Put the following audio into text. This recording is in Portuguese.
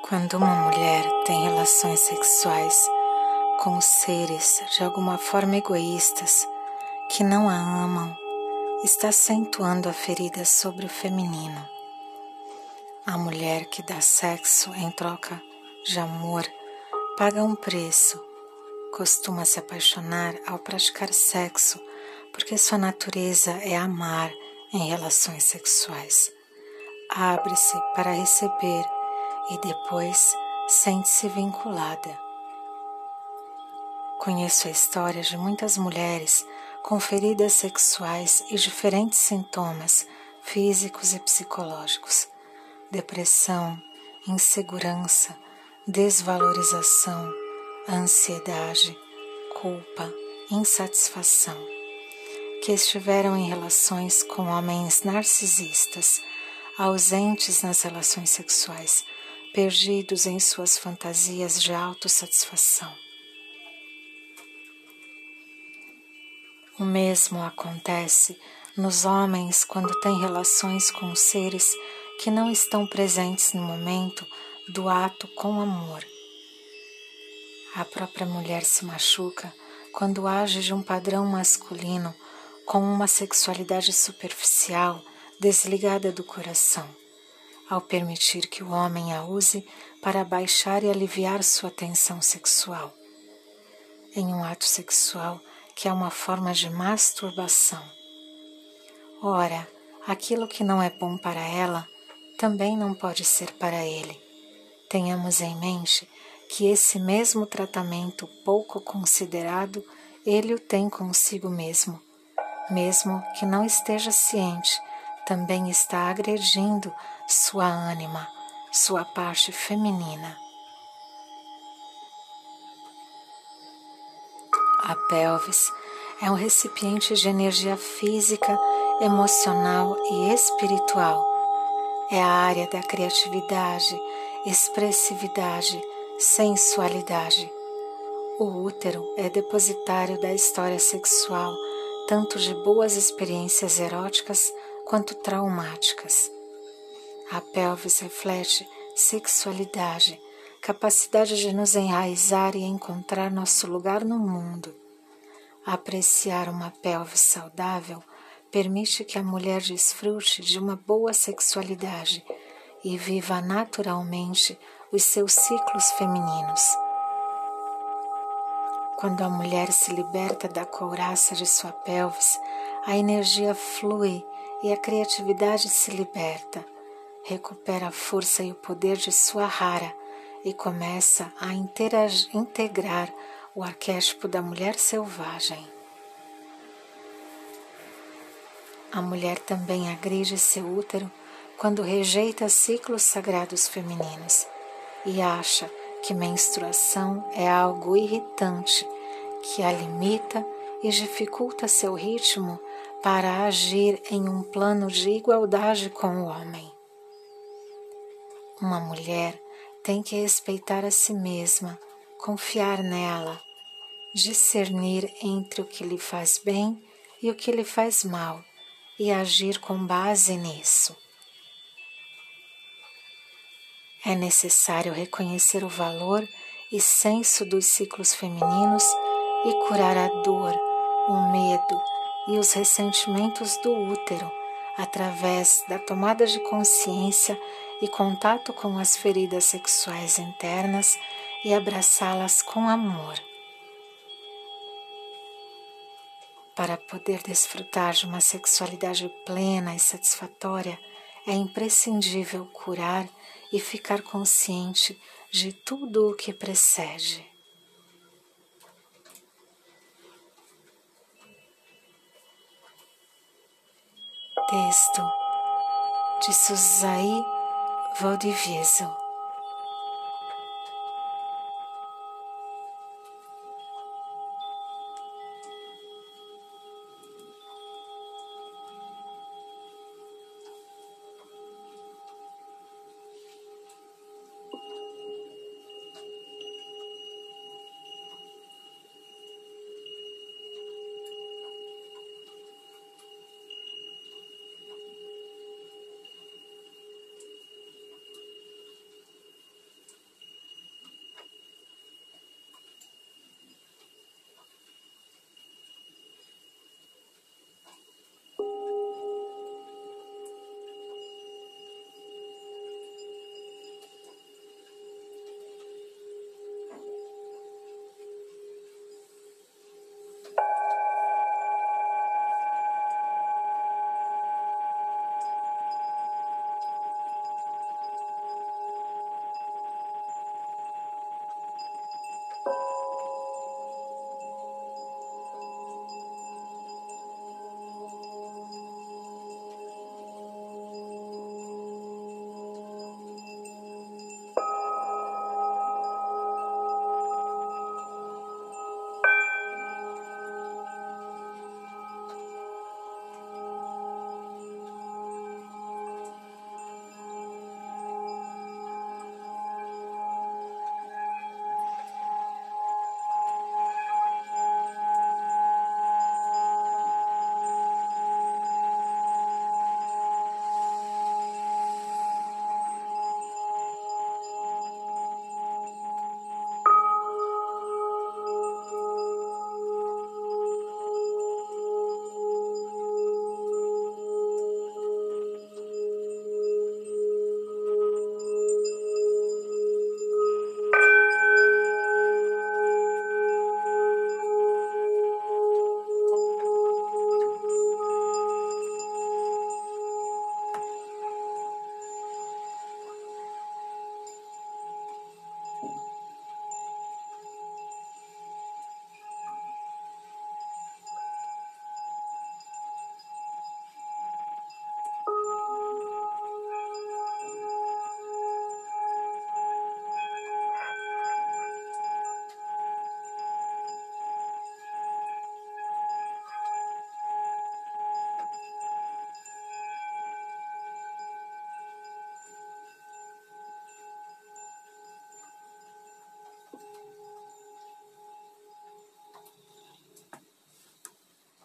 Quando uma mulher tem relações sexuais com seres de alguma forma egoístas que não a amam, está acentuando a ferida sobre o feminino. A mulher que dá sexo em troca de amor paga um preço, costuma se apaixonar ao praticar sexo porque sua natureza é amar em relações sexuais. Abre-se para receber e depois sente-se vinculada. Conheço a história de muitas mulheres com feridas sexuais e diferentes sintomas físicos e psicológicos: depressão, insegurança, desvalorização, ansiedade, culpa, insatisfação, que estiveram em relações com homens narcisistas, ausentes nas relações sexuais, perdidos em suas fantasias de autossatisfação. O mesmo acontece nos homens quando têm relações com seres que não estão presentes no momento do ato com amor. A própria mulher se machuca quando age de um padrão masculino com uma sexualidade superficial, desligada do coração, ao permitir que o homem a use para baixar e aliviar sua tensão sexual. Em um ato sexual que é uma forma de masturbação. Ora, aquilo que não é bom para ela também não pode ser para ele. Tenhamos em mente que esse mesmo tratamento pouco considerado ele o tem consigo mesmo que não esteja ciente, também está agredindo sua ânima, sua parte feminina. A pelvis é um recipiente de energia física, emocional e espiritual. É a área da criatividade, expressividade, sensualidade. O útero é depositário da história sexual, tanto de boas experiências eróticas quanto traumáticas. A pelvis reflete sexualidade, capacidade de nos enraizar e encontrar nosso lugar no mundo. Apreciar uma pelvis saudável permite que a mulher desfrute de uma boa sexualidade e viva naturalmente os seus ciclos femininos. Quando a mulher se liberta da couraça de sua pelvis, a energia flui e a criatividade se liberta, recupera a força e o poder de sua rara e começa a integrar o arquétipo da mulher selvagem. A mulher também agride seu útero quando rejeita ciclos sagrados femininos e acha que menstruação é algo irritante, que a limita e dificulta seu ritmo para agir em um plano de igualdade com o homem. Uma mulher tem que respeitar a si mesma, confiar nela, discernir entre o que lhe faz bem e o que lhe faz mal e agir com base nisso. É necessário reconhecer o valor e senso dos ciclos femininos e curar a dor, o medo e os ressentimentos do útero através da tomada de consciência e contato com as feridas sexuais internas e abraçá-las com amor. Para poder desfrutar de uma sexualidade plena e satisfatória, é imprescindível curar e ficar consciente de tudo o que precede. Texto de Suzaí Valdivieso.